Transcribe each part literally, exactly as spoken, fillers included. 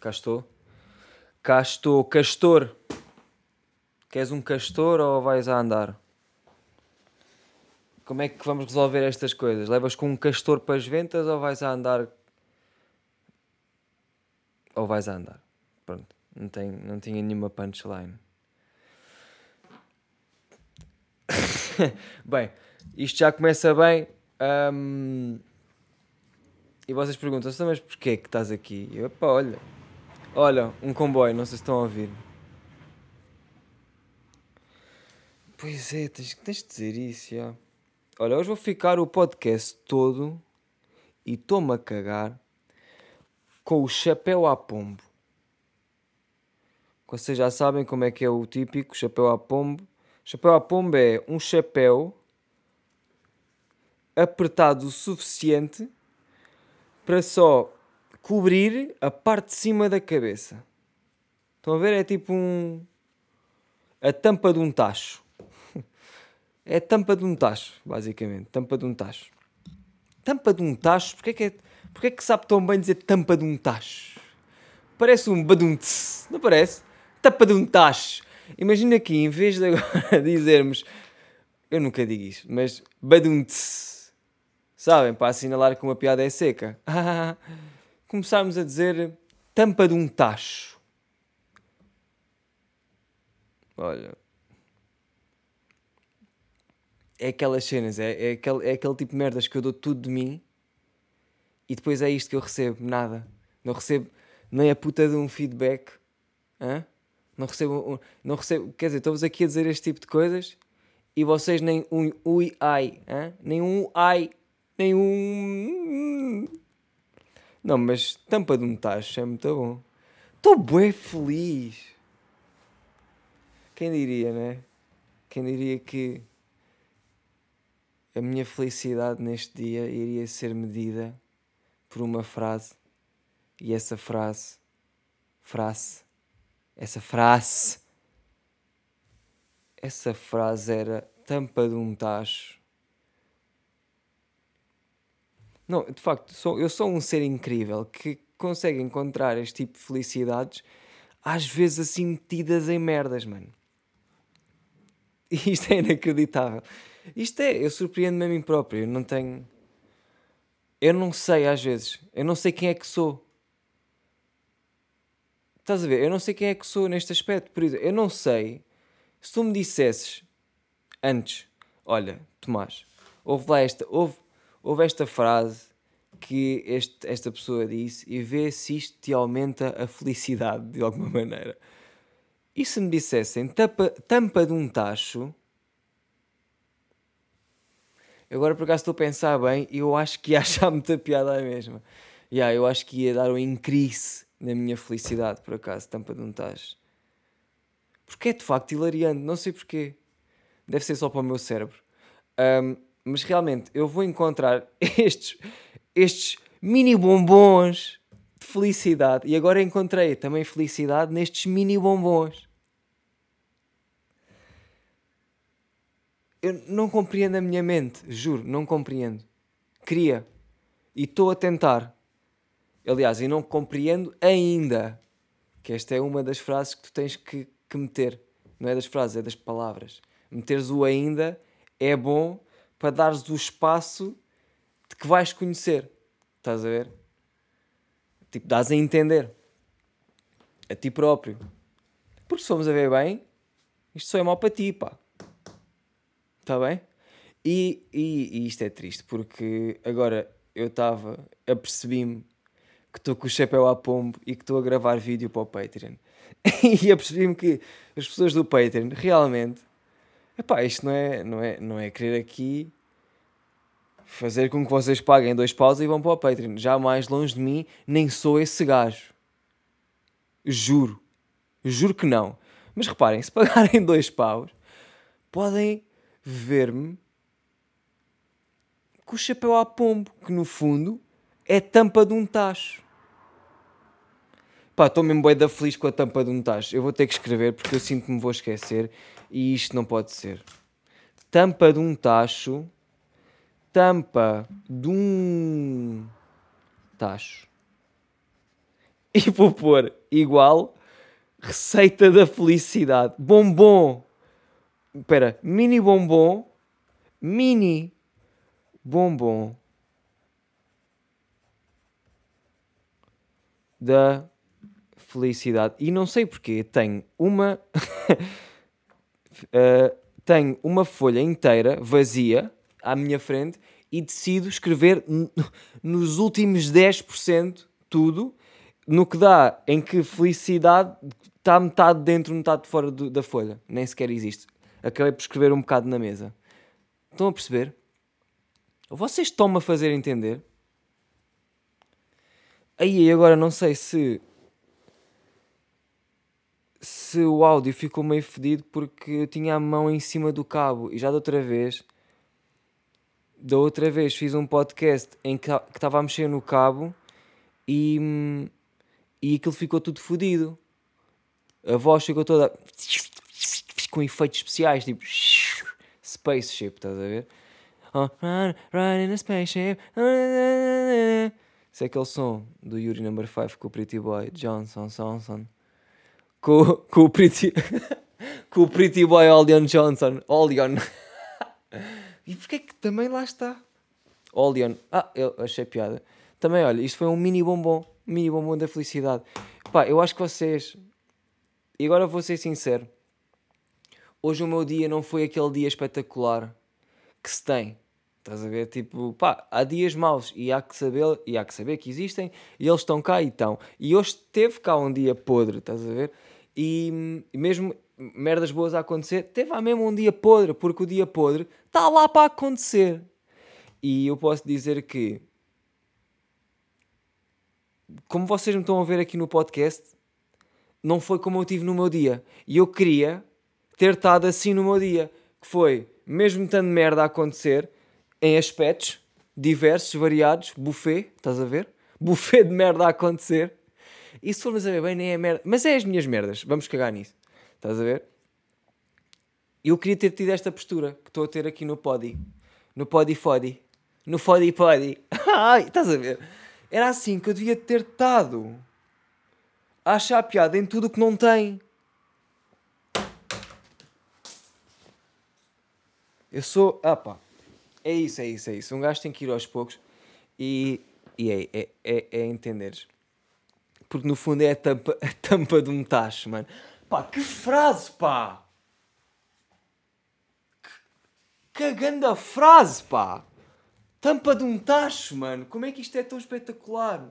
Cá estou. Cá estou. Castor. Queres um castor ou vais a andar? Como é que vamos resolver estas coisas? Levas com um castor para as ventas ou vais a andar? Ou vais a andar? Pronto. Não, tenho, não tinha nenhuma punchline. Bem, isto já começa bem. hum, E vocês perguntam-se, mas porquê que estás aqui? E eu, pá, olha. Olha, um comboio, não sei se estão a ouvir. Pois é, tens, tens de dizer isso, já. Olha, hoje vou ficar o podcast todo e estou-me a cagar com o chapéu à pombo. Vocês já sabem como é que é o típico chapéu à pombo. Chapéu à pombo é um chapéu apertado o suficiente para só cobrir a parte de cima da cabeça. Estão a ver? É tipo um... a tampa de um tacho. É a tampa de um tacho, basicamente. Tampa de um tacho. Tampa de um tacho? Porquê que, é... Porquê que sabe tão bem dizer tampa de um tacho? Parece um badum-tss, não parece? Tampa de um tacho. Imagina aqui, em vez de agora dizermos... Eu nunca digo isto, mas badum-tss. Sabem? Para assinalar que uma piada é seca. Começarmos a dizer tampa de um tacho. Olha... É aquelas cenas, é, é, aquele, é aquele tipo de merdas que eu dou tudo de mim e depois é isto que eu recebo, nada. Não recebo nem a puta de um feedback. Hã? Não recebo, um, não recebo, quer dizer, estou-vos aqui a dizer este tipo de coisas e vocês nem um ui ai, hã? Nem um ai, nem um... Não, mas tampa de um tacho é muito bom. Estou bué feliz. Quem diria, né? Quem diria que a minha felicidade neste dia iria ser medida por uma frase e essa frase, frase, essa frase, essa frase era tampa de um tacho. Não, de facto, sou, eu sou um ser incrível que consegue encontrar este tipo de felicidades às vezes assim metidas em merdas, mano. E isto é inacreditável. Isto é, eu surpreendo-me a mim próprio, eu não tenho... Eu não sei às vezes, eu não sei quem é que sou. Estás a ver? Eu não sei quem é que sou neste aspecto. Por isso, eu não sei se tu me dissesses antes, olha, Tomás, houve lá esta, houve, houve esta frase que este, esta pessoa disse e vê se isto te aumenta a felicidade de alguma maneira. E se me dissessem tampa, tampa de um tacho, agora por acaso estou a pensar bem e eu acho que ia achar muita piada a mesma. Yeah, eu acho que ia dar um increase na minha felicidade, por acaso, tampa de um tacho. Porque é de facto hilariante, não sei porquê. Deve ser só para o meu cérebro. Um, mas realmente, eu vou encontrar estes, estes mini bombons de felicidade. E agora encontrei também felicidade nestes mini bombons. Eu não compreendo a minha mente, juro, não compreendo. Queria. E estou a tentar. Aliás, e não compreendo ainda. Que esta é uma das frases que tu tens que, que meter. Não é das frases, é das palavras. Meteres o ainda é bom para dares o espaço de que vais conhecer. Estás a ver? Tipo, dás a entender. A ti próprio. Porque se formos a ver bem, isto só é mau para ti, pá. Está bem? E, e, e isto é triste, porque agora eu estava, apercebi-me que estou com o chapéu à pombo e que estou a gravar vídeo para o Patreon. E apercebi-me que as pessoas do Patreon, realmente, epá, isto não é, não é, não é querer aqui fazer com que vocês paguem dois paus e vão para o Patreon. Jamais longe de mim, nem sou esse gajo. Juro. Juro que não. Mas reparem, se pagarem dois paus, podem ver-me com o chapéu à pombo, que no fundo é tampa de um tacho. Pá, estou mesmo bué da feliz com a tampa de um tacho. Eu vou ter que escrever porque eu sinto que me vou esquecer e isto não pode ser. Tampa de um tacho. Tampa de um tacho. e vou pôr igual receita da felicidade. Bombom. Espera, mini bombom. Mini bombom da felicidade. E não sei porquê, tenho uma... uh, tenho uma folha inteira, vazia, à minha frente, e decido escrever n- nos últimos dez por cento tudo, no que dá em que felicidade está metade dentro, metade fora do- da folha. Nem sequer existe. Acabei por escrever um bocado na mesa. Estão a perceber? Vocês estão-me a fazer entender? Aí agora não sei se se o áudio ficou meio fedido porque eu tinha a mão em cima do cabo e já da outra vez da outra vez fiz um podcast em que estava a mexer no cabo e, hum, e aquilo ficou tudo fodido. A voz ficou toda com efeitos especiais, tipo spaceship, estás a ver? Oh, run, run in a spaceship. Isso é aquele som do Yuri Number five com o Pretty Boy Johnson Johnson. Com, com o Pretty com o Pretty Boy Olion Johnson. Olion. E porquê que também lá está? Olion. Ah, eu achei piada. Também, olha, isto foi um mini bombom. Mini bombom da felicidade. Pá, eu acho que vocês... E agora vou ser sincero. Hoje o meu dia não foi aquele dia espetacular que se tem. Estás a ver? Tipo, pá, há dias maus e há que saber, e há que saber que existem e eles estão cá e estão. E hoje teve cá um dia podre, estás a ver? E, e mesmo merdas boas a acontecer, teve lá mesmo um dia podre, porque o dia podre está lá para acontecer. E eu posso dizer que, como vocês me estão a ver aqui no podcast, não foi como eu tive no meu dia. E eu queria ter estado assim no meu dia. Que foi, mesmo tendo merda a acontecer, em aspectos diversos, variados, buffet, estás a ver? Buffet de merda a acontecer. E se formos a ver bem, nem é merda. Mas é as minhas merdas, vamos cagar nisso. Estás a ver? Eu queria ter tido esta postura que estou a ter aqui no podi. No podi-fodi. No fodi-podi. Ai, estás a ver? Era assim que eu devia ter estado. A achar piada em tudo o que não tem. Eu sou... Ah pá. É isso, é isso, é isso. Um gajo tem que ir aos poucos e, e é, é, é, é entenderes. Porque no fundo é a tampa, a tampa de um tacho, mano. Pá, que frase, pá! Que grande frase, pá! Tampa de um tacho, mano. Como é que isto é tão espetacular?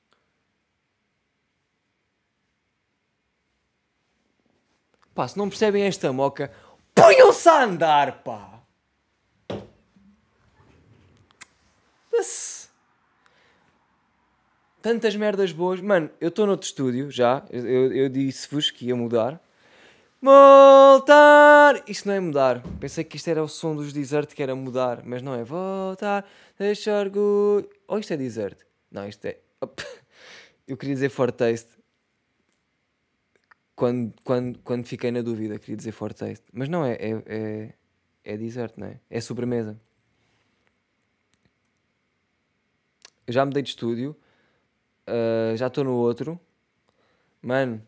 Pá, se não percebem esta moca, ponham-se a andar, pá! Tantas merdas boas. Mano, eu estou noutro estúdio já. Eu, eu, eu disse-vos que ia mudar. Voltar! Isto não é mudar. Pensei que isto era o som dos Desert, que era mudar. Mas não é voltar, deixa orgulho. Ou isto é Desert? Não, isto é... Eu queria dizer Fortaste. Quando, quando, quando fiquei na dúvida, queria dizer Fortaste. Mas não, é, é, é, é Desert, não é? É sobremesa. Eu já mudei de estúdio. Uh, já estou no outro. Mano,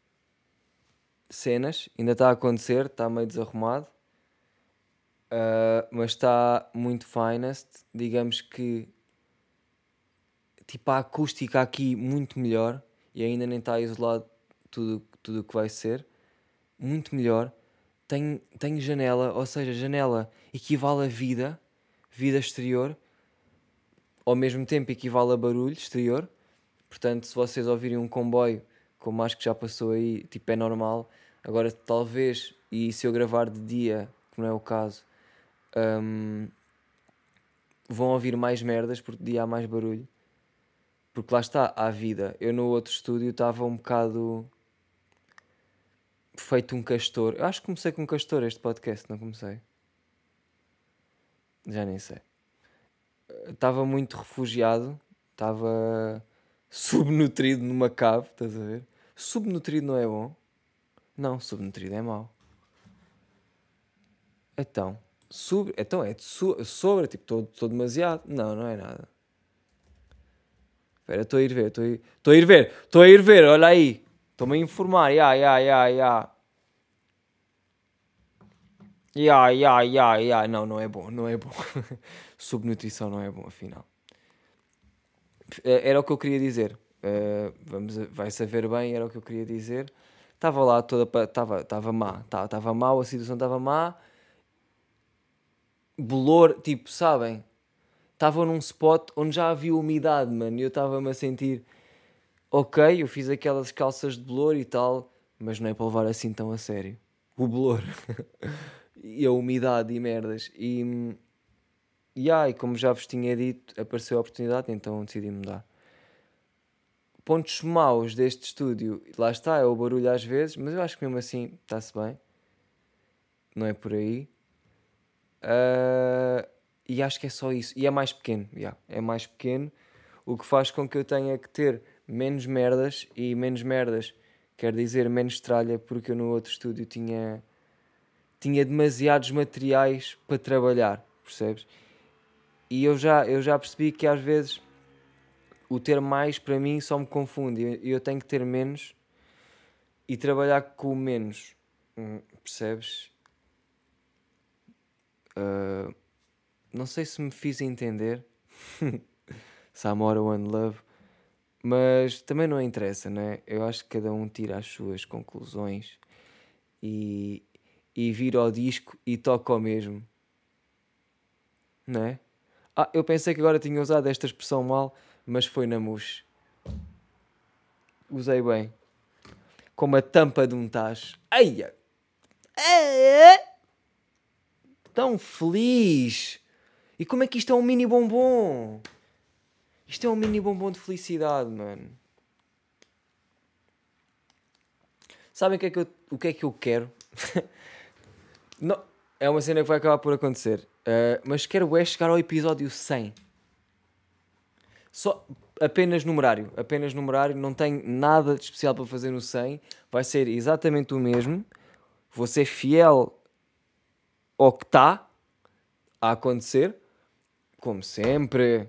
cenas. Ainda está a acontecer. Está meio desarrumado. Uh, mas está muito finest. Digamos que tipo a acústica aqui muito melhor e ainda nem está isolado tudo tudo o que vai ser. Muito melhor. Tenho, tenho janela, ou seja, janela equivale a vida, vida exterior, ao mesmo tempo equivale a barulho exterior. Portanto, se vocês ouvirem um comboio, como acho que já passou aí, tipo é normal. Agora, talvez, e se eu gravar de dia, que não é o caso, hum, vão ouvir mais merdas porque de dia há mais barulho. Porque lá está, há vida. Eu no outro estúdio estava um bocado feito um castor. Eu acho que comecei com um castor este podcast, não comecei? Já nem sei. Estava muito refugiado, estava subnutrido numa cave, estás a ver? Subnutrido não é bom? Não, subnutrido é mau. Então, sub, então é de so, sobre, tipo, estou demasiado. Não, não é nada. Espera, estou a ir ver, estou a ir, estou a ir ver, estou a ir ver, olha aí. Estou-me a informar, ya, ya, ya, ya. Ya, ya, ya, ya. Não, não é bom, não é bom. Subnutrição não é bom, afinal. Eh, Era o que eu queria dizer. Eh, vamos, a- vai saber bem, era o que eu queria dizer. Estava lá toda, estava, estava má, estava, estava mal, a situação estava má. Bolor, tipo, sabem? Estava num spot onde já havia umidade, mano, e eu estava-me a sentir, ok, eu fiz aquelas calças de bolor e tal, mas não é para levar assim tão a sério. O bolor. E a umidade e merdas. E, e, ah, e como já vos tinha dito, apareceu a oportunidade, então decidi mudar. Pontos maus deste estúdio, lá está, é o barulho às vezes, mas eu acho que mesmo assim está-se bem, não é por aí. Ah, e acho que é só isso. E é mais pequeno, yeah, é mais pequeno, o que faz com que eu tenha que ter menos merdas, e menos merdas quer dizer menos tralha, porque eu no outro estúdio tinha, tinha demasiados materiais para trabalhar, percebes? E eu já, eu já percebi que às vezes o ter mais para mim só me confunde, e eu tenho que ter menos e trabalhar com o menos, hum, percebes? Ah, não sei se me fiz entender. Samora One Love. Mas também não interessa, não é? Eu acho que cada um tira as suas conclusões e, e vira ao disco e toca ao mesmo, não é? Ah, eu pensei que agora tinha usado esta expressão mal, mas foi na mousse. Usei bem. Como a tampa de um tacho. Eia! Tão feliz! E como é que isto é um mini bombom? Isto é um mini bombom de felicidade, mano. Sabem o que é que eu, o que é que eu quero? Não, é uma cena que vai acabar por acontecer. Uh, mas quero é chegar ao episódio cem. Só, apenas numerário. Apenas numerário. Não tenho nada de especial para fazer no cem. Vai ser exatamente o mesmo. Vou ser fiel ao que está a acontecer. Como sempre.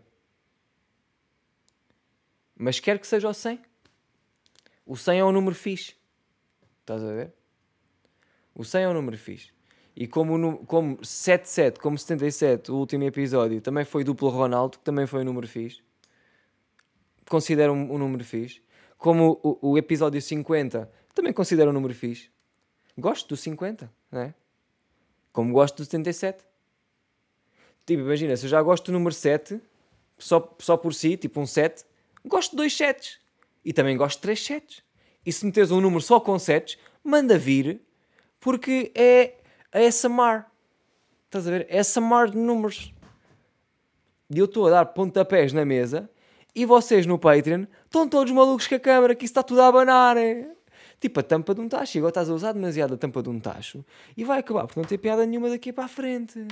Mas quero que seja o cem. O cem é um número fixe. Estás a ver? O cem é um número fixe. E como, nu- como setenta e sete, como setenta e sete, o último episódio, também foi duplo Ronaldo, que também foi um número fixe. Considero um, um número fixe. Como o, o episódio cinquenta, também considero um número fixe. Gosto do cinquenta, não é? Como gosto do setenta e sete. Tipo, imagina, se eu já gosto do número sete, só, só por si, tipo um sete, gosto de dois setes. E também gosto de três setes. E se meteres um número só com setes, manda vir, porque é a S M R. Estás a ver? É S M R de números. E eu estou a dar pontapés na mesa e vocês no Patreon estão todos malucos com a câmera, que isso está tudo a abanar. É? Tipo a tampa de um tacho. E agora estás a usar demasiado a tampa de um tacho e vai acabar por não ter piada nenhuma daqui para a frente.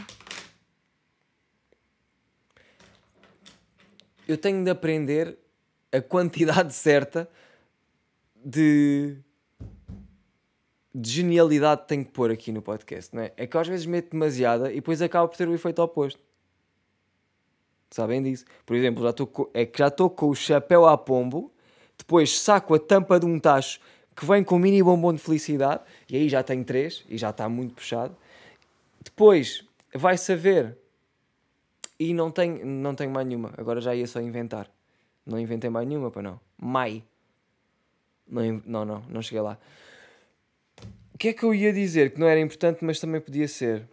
Eu tenho de aprender a quantidade certa de, de genialidade que tenho que pôr aqui no podcast. Não é? É que eu às vezes meto demasiada e depois acaba por ter o efeito oposto. Sabem disso? Por exemplo, já estou com, é que já estou com o chapéu a pombo, depois saco a tampa de um tacho que vem com um mini bombom de felicidade, e aí já tenho três, e já está muito puxado. Depois vai saber, e não tenho, não tenho mais nenhuma. Agora já ia só inventar. Não inventei mais nenhuma, para não. Mai. Não, não, não, não cheguei lá. O que é que eu ia dizer que não era importante, mas também podia ser?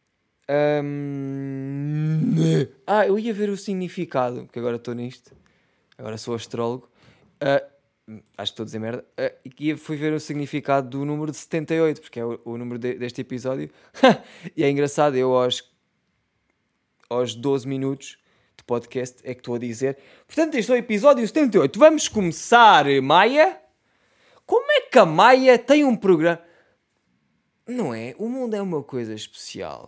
Hum, Ah, eu ia ver o significado, porque agora estou nisto. Agora sou astrólogo. Ah, acho que estou a dizer merda. Ah, e fui ver o significado do número de setenta e oito, porque é o, o número de- deste episódio. E é engraçado, eu aos, aos doze minutos de podcast é que estou a dizer. Portanto, este é o episódio setenta e oito. Vamos começar, Maia. Como é que a Maia tem um programa? Não é? O mundo é uma coisa especial.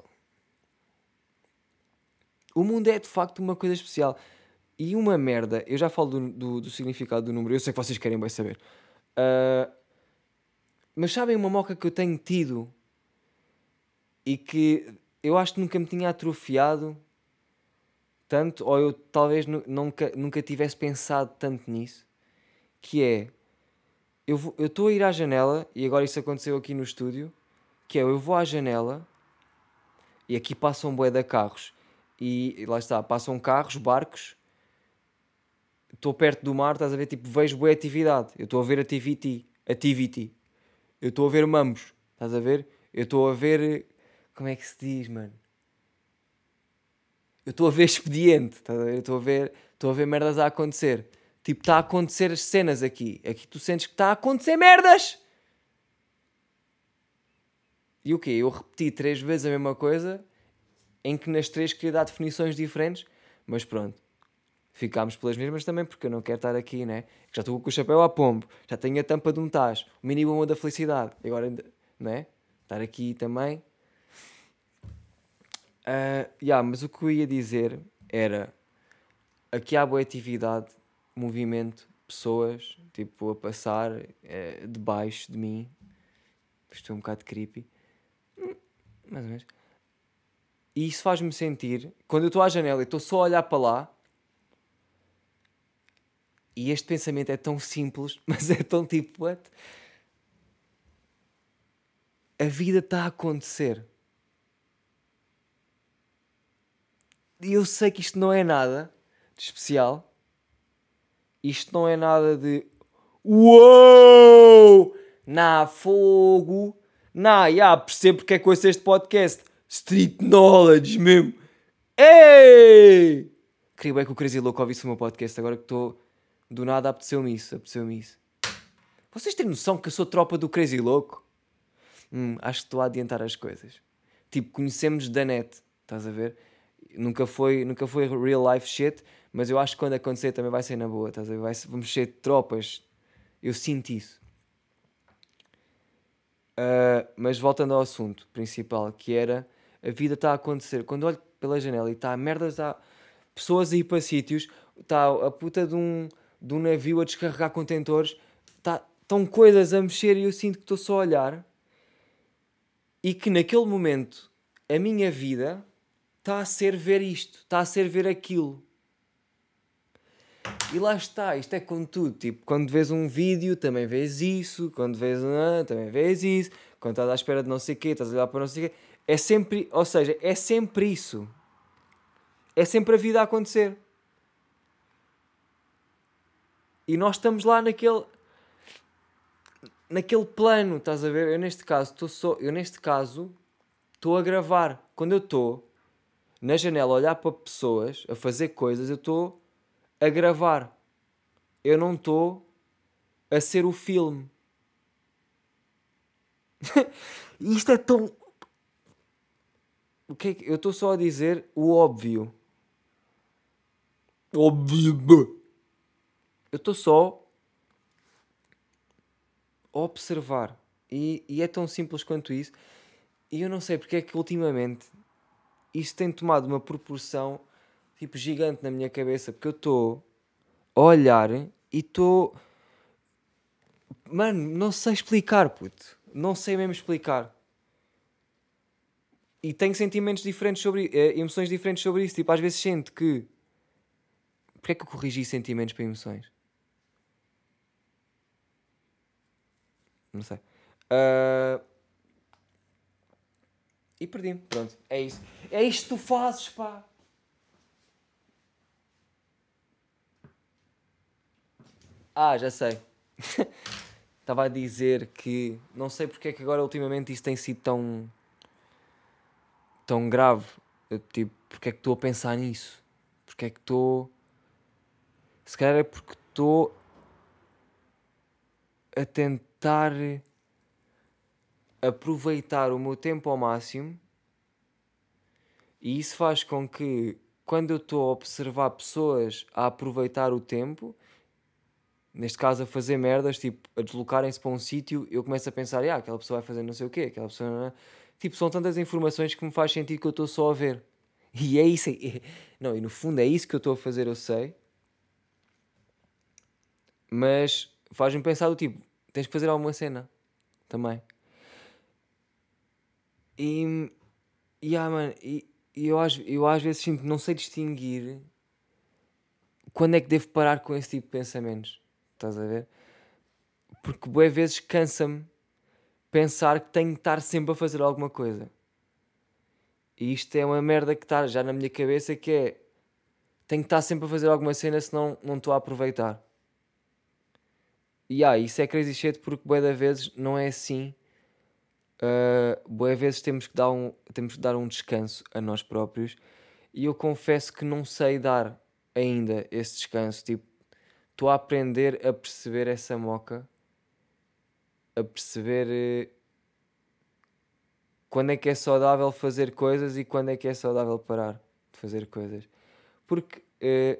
O mundo é de facto uma coisa especial. E uma merda, eu já falo do, do, do significado do número, eu sei que vocês querem bem saber. Ah, mas sabem uma moca que eu tenho tido e que eu acho que nunca me tinha atrofiado tanto, ou eu talvez nu- nunca, nunca tivesse pensado tanto nisso, que é, eu vou- eu estou a ir à janela, e agora isso aconteceu aqui no estúdio, que é, eu vou à janela, e aqui passam bué de carros, e, e lá está, passam carros, barcos, estou perto do mar, estás a ver, tipo, vejo bué atividade, eu estou a ver activity, activity, eu estou a ver mambos, estás a ver, eu estou a ver, como é que se diz, mano? Eu estou a ver expediente, estás a ver? Eu estou a ver, estou a ver merdas a acontecer. Tipo, está a acontecer as cenas aqui. Aqui tu sentes que está a acontecer merdas! E o quê? Eu repeti três vezes a mesma coisa, em que nas três queria dar definições diferentes, mas pronto. Ficámos pelas mesmas também, porque eu não quero estar aqui, né? Já estou com o chapéu a pombo, já tenho a tampa de um tacho, o mini bomba da felicidade. E agora, ainda- né? Estar aqui também. Ah, yeah, mas o que eu ia dizer era, aqui há boa atividade, movimento, pessoas, tipo, a passar eh, debaixo de mim. Isto é um bocado creepy. Hum, Mais ou menos. E isso faz-me sentir, quando eu estou à janela e estou só a olhar para lá, e este pensamento é tão simples, mas é tão tipo, what? A vida está a acontecer. E eu sei que isto não é nada de especial. Isto não é nada de uou! Na fogo! Na, já percebo porque é que ouço este podcast. Street Knowledge mesmo. Ei! Queria bem que o Crazy Louco ouvisse o meu podcast. Agora que estou do nada, apeteceu-me isso. Apeteceu-me isso. Vocês têm noção que eu sou tropa do Crazy Louco? Hum, acho que estou a adiantar as coisas. Tipo, conhecemos da net. Estás a ver? Nunca foi, nunca foi real life shit. Mas eu acho que quando acontecer também vai ser na boa. Estás a ver? Vai ser, vamos ser tropas. Eu sinto isso. Uh, mas voltando ao assunto principal, que era a vida está a acontecer. Quando olho pela janela e está a merdas, há pessoas a ir para sítios, está a puta de um, de um navio a descarregar contentores, tá, estão coisas a mexer e eu sinto que estou só a olhar e que naquele momento a minha vida está a ser ver isto, está a ser ver aquilo. E lá está, isto é com tudo. Tipo, quando vês um vídeo, também vês isso. Quando vês um, também vês isso. Quando estás à espera de não sei o quê, estás a olhar para não sei o quê. É sempre, ou seja, é sempre isso. É sempre a vida a acontecer. E nós estamos lá naquele, naquele plano, estás a ver? Eu neste caso, estou só, eu neste caso, estou a gravar. Quando eu estou na janela a olhar para pessoas, a fazer coisas, eu estou a gravar. Eu não estou a ser o filme. E isto é tão... O que é que... Eu estou só a dizer o óbvio. Óbvio. Eu estou só a observar. E, e é tão simples quanto isso. E eu não sei porque é que ultimamente isso tem tomado uma proporção tipo gigante na minha cabeça. Porque eu estou a olhar e estou... Mano, não sei explicar, puto. Não sei mesmo explicar. E tenho sentimentos diferentes sobre... eh, emoções diferentes sobre isso. Tipo, às vezes sinto que... Porquê é que eu corrigi sentimentos para emoções? Não sei. Ah, e perdi-me. Pronto, é isso. É isto que tu fazes, pá. Ah, já sei. Estava a dizer que não sei porque é que agora ultimamente isso tem sido tão, tão grave. Eu, tipo, porque é que estou a pensar nisso? Porque é que estou... Se calhar é porque estou a tentar aproveitar o meu tempo ao máximo e isso faz com que quando eu estou a observar pessoas a aproveitar o tempo, neste caso a fazer merdas, tipo, a deslocarem-se para um sítio, eu começo a pensar, ah, aquela pessoa vai fazer não sei o quê, aquela pessoa não é... Tipo, são tantas informações que me faz sentido que eu estou só a ver. E é isso, é... não, e no fundo é isso que eu estou a fazer, eu sei, mas faz-me pensar do tipo, tens que fazer alguma cena também. E, e ah, mano, e, e eu, às, eu às vezes sinto que não sei distinguir quando é que devo parar com esse tipo de pensamentos. Estás a ver? Porque boas vezes cansa-me pensar que tenho que estar sempre a fazer alguma coisa. E isto é uma merda que está já na minha cabeça, que é, tenho que estar sempre a fazer alguma cena, senão não estou a aproveitar. E ah, isso é crazy shit, porque bué da vezes não é assim. Uh, bué vezes temos que, dar um, temos que dar um descanso a nós próprios. E eu confesso que não sei dar ainda esse descanso. Tipo, estou a aprender a perceber essa moca. A perceber eh, quando é que é saudável fazer coisas e quando é que é saudável parar de fazer coisas. Porque eh,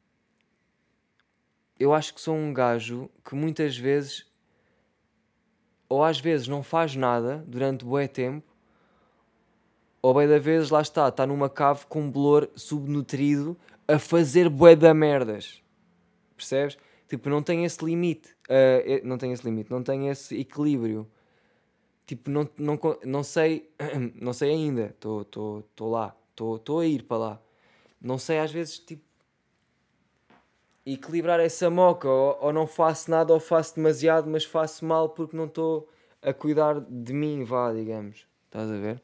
eu acho que sou um gajo que muitas vezes, ou às vezes não faz nada durante bué tempo, ou bem da vezes, lá está, está numa cave com um bolor subnutrido a fazer bué da merdas. Percebes? Tipo, não tem esse limite. Uh, não tem esse limite, não tem esse equilíbrio. Tipo, não, não, não sei, não sei ainda. Estou lá, estou a ir para lá. Não sei às vezes, tipo, equilibrar essa moca, ou, ou não faço nada ou faço demasiado, mas faço mal porque não estou a cuidar de mim, vá, digamos. Estás a ver?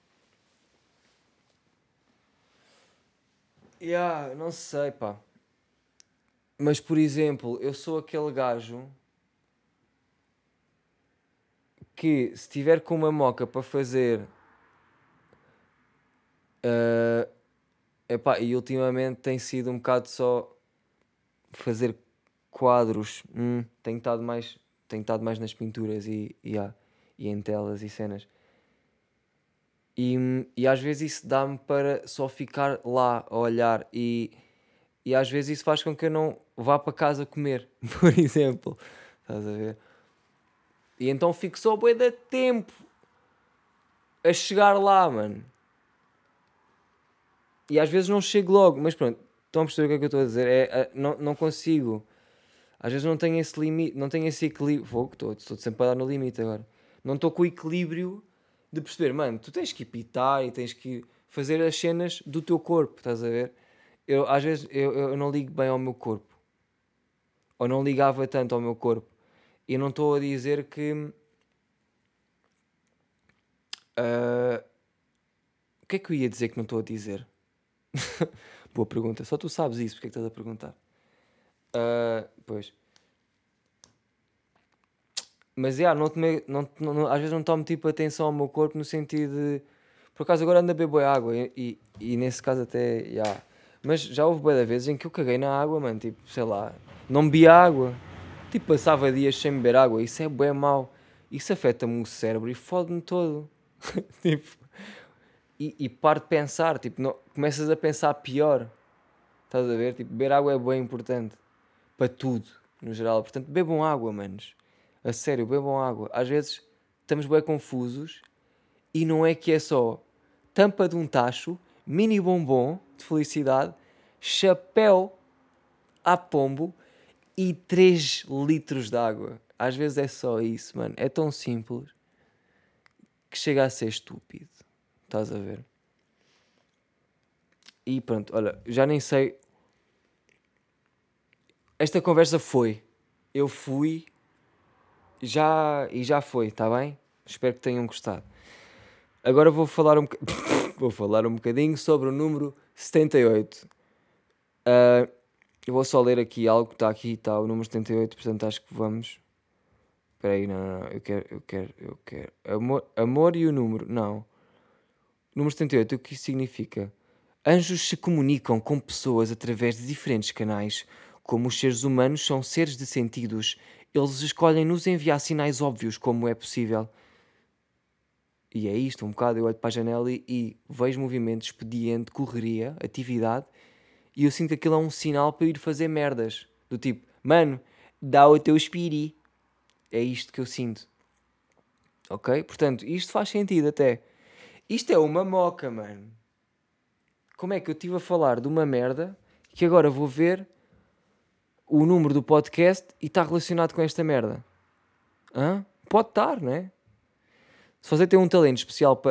Yeah, não sei, pá. Mas, por exemplo, eu sou aquele gajo que, se tiver com uma moca para fazer... Uh, epá, e ultimamente tem sido um bocado só fazer quadros. Hum, tenho estado mais, tenho estado mais nas pinturas e, e, ah, e em telas e cenas. E, e às vezes isso dá-me para só ficar lá a olhar. E, e às vezes isso faz com que eu não vá para casa comer, por exemplo. Estás a ver? E então fico só bué de tempo a chegar lá, mano. E às vezes não chego logo, mas pronto, estão a perceber o que é que eu estou a dizer? É, é, não, não consigo. Às vezes não tenho esse limite, não tenho esse equilíbrio. Fogo, estou, estou sempre a dar no limite agora. Não estou com o equilíbrio de perceber, mano, tu tens que ir pitar e tens que fazer as cenas do teu corpo, estás a ver? Eu, às vezes eu, eu não ligo bem ao meu corpo. Ou não ligava tanto ao meu corpo. E não estou a dizer que... Uh, o que é que eu ia dizer que não estou a dizer? Boa pergunta. Só tu sabes isso, porque é que estás a perguntar? Uh, pois. Mas, yeah, não tomei, não, não, às vezes não tomo tipo atenção ao meu corpo no sentido de... Por acaso agora ando a beber água e, e, e nesse caso até... Yeah. Mas já houve bué de vezes em que eu caguei na água, mano. Tipo, sei lá, não bebia água. Tipo, passava dias sem beber água. Isso é bué mau. Isso afeta-me o cérebro e fode-me todo. Tipo... E, e paro de pensar, tipo, não, começas a pensar pior. Estás a ver? Tipo, beber água é bem importante. Para tudo, no geral. Portanto, bebam água, manos. A sério, bebam água. Às vezes estamos bem confusos e não é que é só tampa de um tacho, mini bombom de felicidade, chapéu a pombo e três litros de água. Às vezes é só isso, mano. É tão simples que chega a ser estúpido. Estás a ver? E pronto, olha, já nem sei. Esta conversa foi. Eu fui já e já foi, está bem? Espero que tenham gostado. Agora vou falar um, boc... vou falar um bocadinho sobre o número setenta e oito. Uh, eu vou só ler aqui algo que está aqui, está o número setenta e oito, portanto acho que vamos. Espera aí, não, não, não, eu quero, eu quero, eu quero. Amor, amor e o número, não. O número setenta e oito, o que isso significa? Anjos se comunicam com pessoas através de diferentes canais. Como os seres humanos são seres de sentidos, eles escolhem nos enviar sinais óbvios como é possível. E é isto, um bocado, eu olho para a janela e, e vejo movimento, expediente, correria, atividade, e eu sinto que aquilo é um sinal para eu ir fazer merdas. Do tipo, mano, dá o teu espiri. É isto que eu sinto. Ok? Portanto, isto faz sentido até. Isto é uma moca, mano. Como é que eu estive a falar de uma merda que agora vou ver o número do podcast e está relacionado com esta merda? Hã? Pode estar, não é? Se você tem um talento especial para,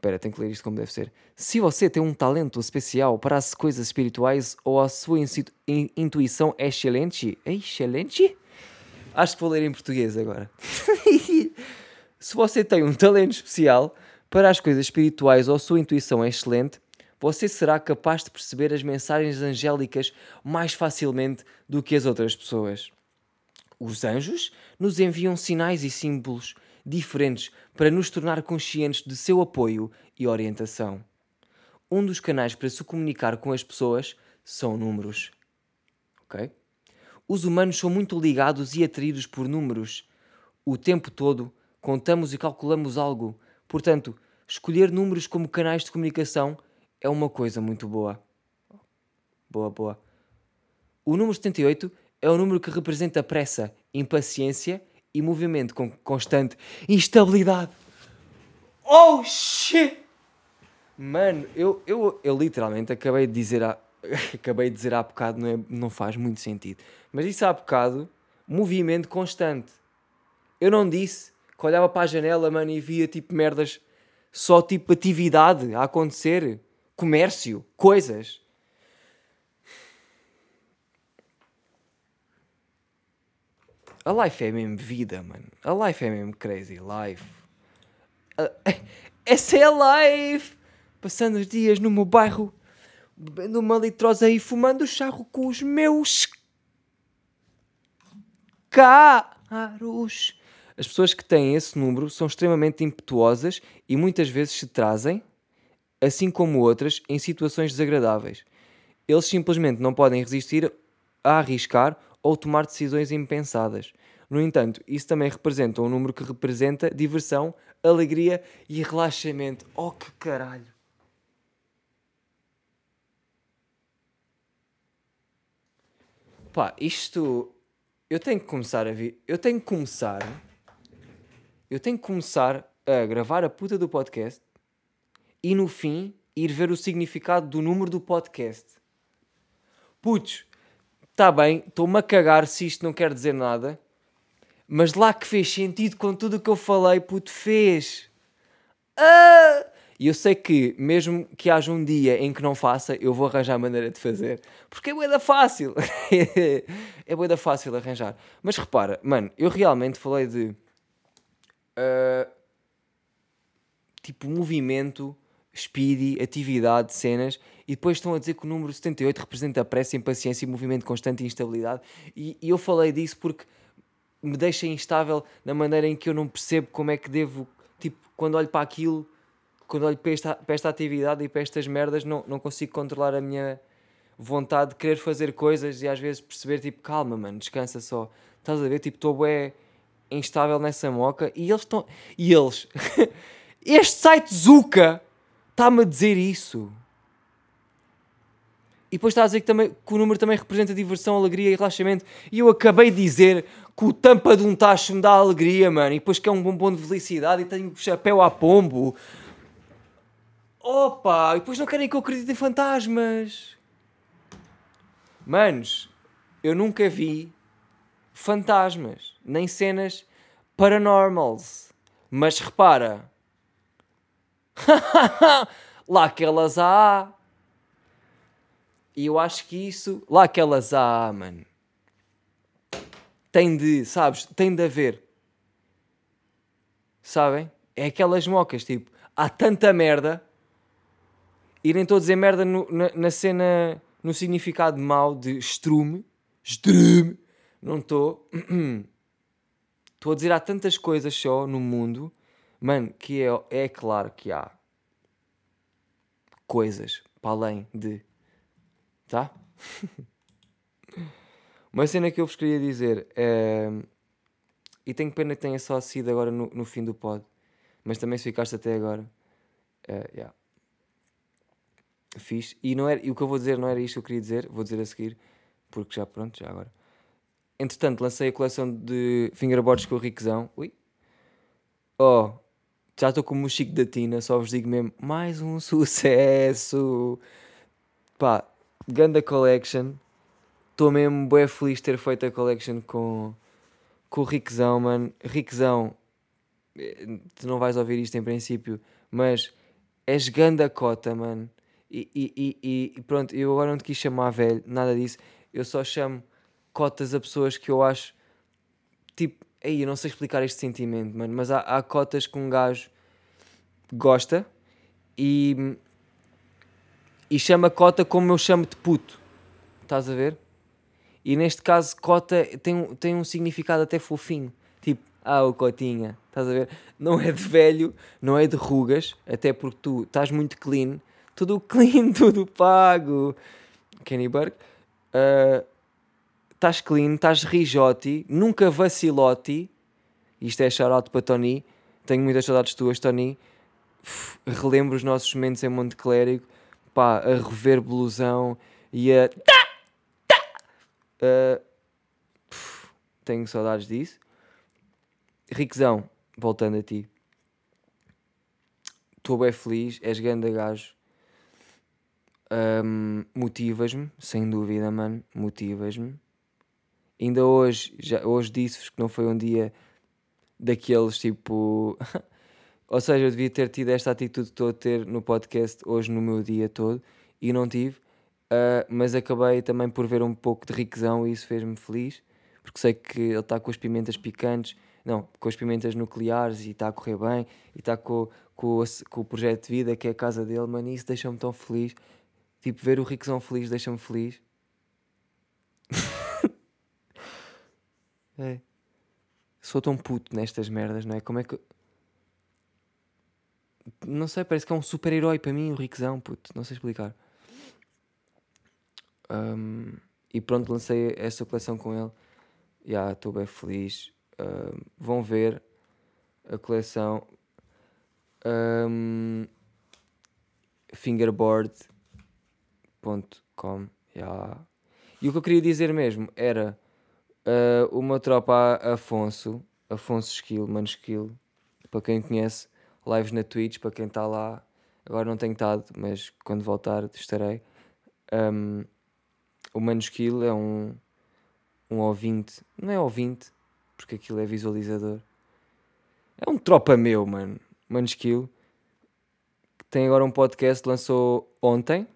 Espera, tenho que ler isto como deve ser. Se você tem um talento especial para as coisas espirituais ou a sua insi- in- intuição é excelente... É excelente? Acho que vou ler em português agora. Se você tem um talento especial para as coisas espirituais ou a sua intuição é excelente, você será capaz de perceber as mensagens angélicas mais facilmente do que as outras pessoas. Os anjos nos enviam sinais e símbolos diferentes para nos tornar conscientes de seu apoio e orientação. Um dos canais para se comunicar com as pessoas são números. Ok? Os humanos são muito ligados e atraídos por números. O tempo todo contamos e calculamos algo. Portanto, escolher números como canais de comunicação é uma coisa muito boa. Boa, boa. O número setenta e oito é o número que representa pressa, impaciência e movimento com constante instabilidade. Oh, shit! Mano, eu, eu, eu literalmente acabei de dizer há, acabei de dizer há bocado, não, é, não faz muito sentido. Mas disse há bocado, movimento constante. Eu não disse que olhava para a janela, mano, e via tipo merdas, só tipo atividade a acontecer, comércio, coisas. A life é mesmo vida, mano. A life é mesmo crazy life. A- Essa é a life! Passando os dias no meu bairro, bebendo uma litrosa e fumando charro com os meus caros. As pessoas que têm esse número são extremamente impetuosas e muitas vezes se trazem, assim como outras, em situações desagradáveis. Eles simplesmente não podem resistir a arriscar ou tomar decisões impensadas. No entanto, isso também representa um número que representa diversão, alegria e relaxamento. Oh, que caralho! Pá, isto... Eu tenho que começar a vir... Eu tenho que começar... Eu tenho que começar a gravar a puta do podcast e no fim ir ver o significado do número do podcast. Putz, está bem, estou-me a cagar se isto não quer dizer nada, mas lá que fez sentido com tudo o que eu falei, puto, fez. Ah! E eu sei que, mesmo que haja um dia em que não faça, eu vou arranjar a maneira de fazer. Porque é bué da fácil. É bué da fácil arranjar. Mas repara, mano, eu realmente falei de... ah, tipo, movimento, speedy, atividade, cenas, e depois estão a dizer que o número setenta e oito representa pressa, impaciência e movimento constante e instabilidade. E, e eu falei disso porque me deixa instável na maneira em que eu não percebo como é que devo, tipo, quando olho para aquilo, quando olho para esta, para esta atividade e para estas merdas, não, não consigo controlar a minha vontade de querer fazer coisas e às vezes perceber, tipo, calma, mano, descansa só. Estás a ver? Tipo, estou bué instável nessa moca e eles estão... E eles... Este site Zuka está-me a dizer isso. E depois está a dizer que, também, que o número também representa diversão, alegria e relaxamento. E eu acabei de dizer que o tampa de um tacho me dá alegria, mano. E depois que é um bombom de felicidade e tenho o chapéu a pombo. Opa! E depois não querem que eu acredite em fantasmas. Manos, eu nunca vi fantasmas. Nem cenas paranormals. Mas repara... lá que elas há. E eu acho que isso, lá que elas há, mano, tem de, sabes, tem de haver. Sabem? É aquelas mocas, tipo, há tanta merda, e nem estou a dizer merda no- na, na cena, no significado mau de estrume, estrume, não estou. Estou a dizer há tantas coisas só no mundo, mano, que é, é claro que há coisas para além de, tá? Uma cena que eu vos queria dizer é... E tenho pena que tenha só sido agora no, no fim do pod. Mas também se ficaste até agora... é, yeah. Fixe. E, não era, e o que eu vou dizer não era isto que eu queria dizer. Vou dizer a seguir. Porque já pronto, já agora. Entretanto, lancei a coleção de fingerboards com o Riquezão. Ui. Oh, já estou como o Chico da Tina. Só vos digo mesmo. Mais um sucesso. Pá, Ganda Collection. Estou mesmo bem feliz de ter feito a collection com... Com o Riquezão, mano. Riquezão, tu não vais ouvir isto em princípio, mas És ganda cota, mano. E, e, e, e pronto, eu agora não te quis chamar velho, nada disso. Eu só chamo cotas a pessoas que eu acho, tipo, aí eu não sei explicar este sentimento, mano, mas há, há cotas que um gajo gosta e, e chama cota como eu chamo de puto. Estás a ver? E neste caso, cota tem, um- tem um significado até fofinho. Tipo, ah, o cotinha. Estás a ver? Não é de velho, não é de rugas, até porque tu estás muito clean. Tudo clean, tudo pago. Kenny Burke. Ah, Estás clean, estás rijote, nunca vacilote. Isto é shout-out para Tony. Tenho muitas saudades tuas, Tony. Uf, relembro os nossos momentos em Monte Clérigo. Pá, a rever blusão e a... ah, tenho saudades disso. Riquezão, voltando a ti. Estou bem feliz, és grande gajo. Ahm, motivas-me, sem dúvida, mano. Motivas-me. Ainda hoje, já, hoje disse-vos que não foi um dia daqueles tipo. Ou seja, eu devia ter tido esta atitude que estou a ter no podcast hoje no meu dia todo e não tive. Ah, mas acabei também por ver um pouco de riquezão e isso fez-me feliz. Porque sei que ele está com as pimentas picantes, não, com as pimentas nucleares e está a correr bem e está com, com, o- com o projeto de vida que é a casa dele, mano. E isso deixa-me tão feliz. Tipo, ver o riquezão feliz deixa-me feliz. É. Sou tão puto nestas merdas, não é? Como é que. Não sei, parece que é um super-herói para mim, o Riquezão, puto. Não sei explicar. Ahm, e pronto, lancei essa coleção com ele. Já, estou bem feliz. Ahm, vão ver a coleção. ahm, fingerboard ponto com. Já. E o que eu queria dizer mesmo era ah, o meu tropa Afonso, Afonso Skill, Mano Skill, para quem conhece, lives na Twitch, para quem está lá. Agora não tenho estado, mas quando voltar estarei. Ahm, o Mano Skill é um, um ouvinte, não é ouvinte, porque aquilo é visualizador. É um tropa meu, mano. Mano Skill, que tem agora um podcast, lançou ontem.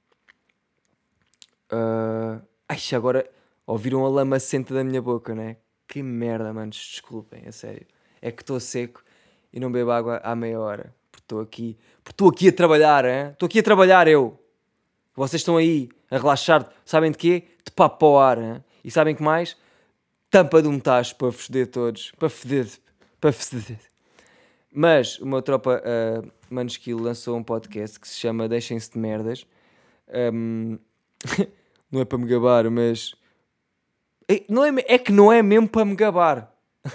Uh... Ai, agora ouviram a lamacenta da minha boca, né? Que merda, manos, desculpem, a sério. É que estou seco e não bebo água há meia hora. Porque estou aqui, porque estou aqui a trabalhar, hein? Estou aqui a trabalhar, eu. Vocês estão aí a relaxar, sabem de quê? De papo para o ar, hein? E sabem que mais? Tampa de um tacho para feder todos. Para feder. Para feder. Mas o meu tropa uh, Manosquilo lançou um podcast que se chama Deixem-se de Merdas. Um, não é para me gabar, mas. É, não é, é que não é mesmo para me gabar.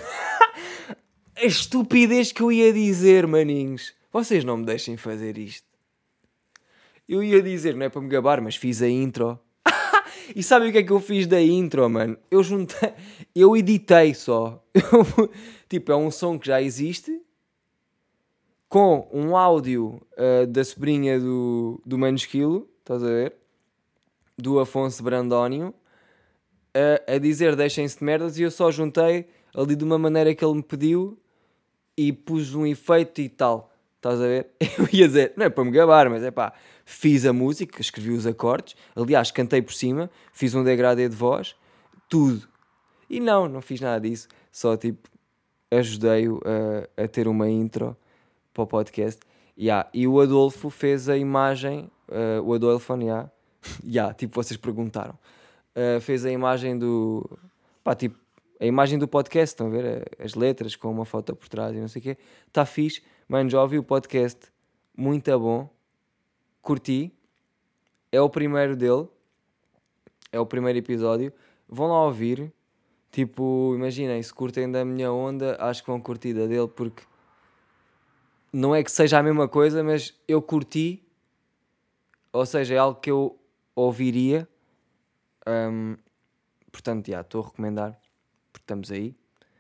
A estupidez que eu ia dizer, maninhos. Vocês não me deixem fazer isto. Eu ia dizer, não é para me gabar, mas fiz a intro. E sabe o que é que eu fiz da intro, mano? Eu juntei, eu editei só. Eu, tipo, é um som que já existe, com um áudio uh, da sobrinha do, do Manosquilo, estás a ver? Do Afonso Brandónio, uh, a dizer deixem-se de merdas, e eu só juntei ali de uma maneira que ele me pediu e pus um efeito e tal. Estás a ver? Eu ia dizer, não é para me gabar, mas é pá, fiz a música, escrevi os acordes, aliás, cantei por cima, fiz um degradê de voz, tudo. E não, não fiz nada disso, só tipo, ajudei-o a, a ter uma intro para o podcast. Yeah. E o Adolfo fez a imagem, uh, o Adolfo, yeah. yeah, tipo, vocês perguntaram, uh, fez a imagem do, pá, tipo, a imagem do podcast, estão a ver? As letras com uma foto por trás e não sei o quê. Está fixe. Mano, já ouvi o podcast. Muito bom. Curti. É o primeiro dele. É o primeiro episódio. Vão lá ouvir. Tipo, imaginem, se curtem da minha onda, acho que vão curtir da dele, porque não é que seja a mesma coisa, mas eu curti. Ou seja, é algo que eu ouviria. Um, portanto, já, estou a recomendar. Porque estamos aí.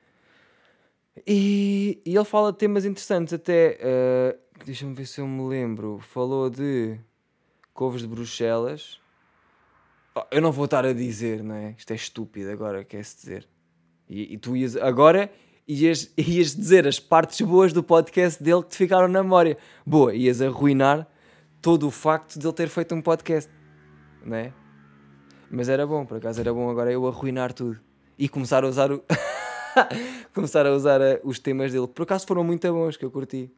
E, e ele fala de temas interessantes até. Uh, deixa-me ver se eu me lembro. Falou de couves de Bruxelas. Oh, eu não vou estar a dizer, não é? Isto é estúpido agora, quer-se dizer. E, e tu ias. Agora ias, ias dizer as partes boas do podcast dele que te ficaram na memória. Boa, ias arruinar todo o facto de ele ter feito um podcast, não é? Mas era bom, por acaso era bom agora eu arruinar tudo e começar a usar o... começar a usar uh, os temas dele. Por acaso foram muito bons, que eu curti.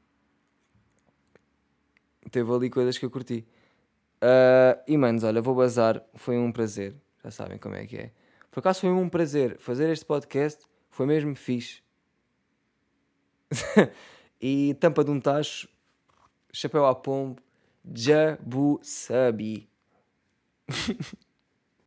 Teve ali coisas que eu curti. Uh, e manos, olha, vou bazar. Foi um prazer. Já sabem como é que é. Por acaso foi um prazer fazer este podcast. Foi mesmo fixe. E tampa de um tacho, chapéu à pombo, Jabu Sabi.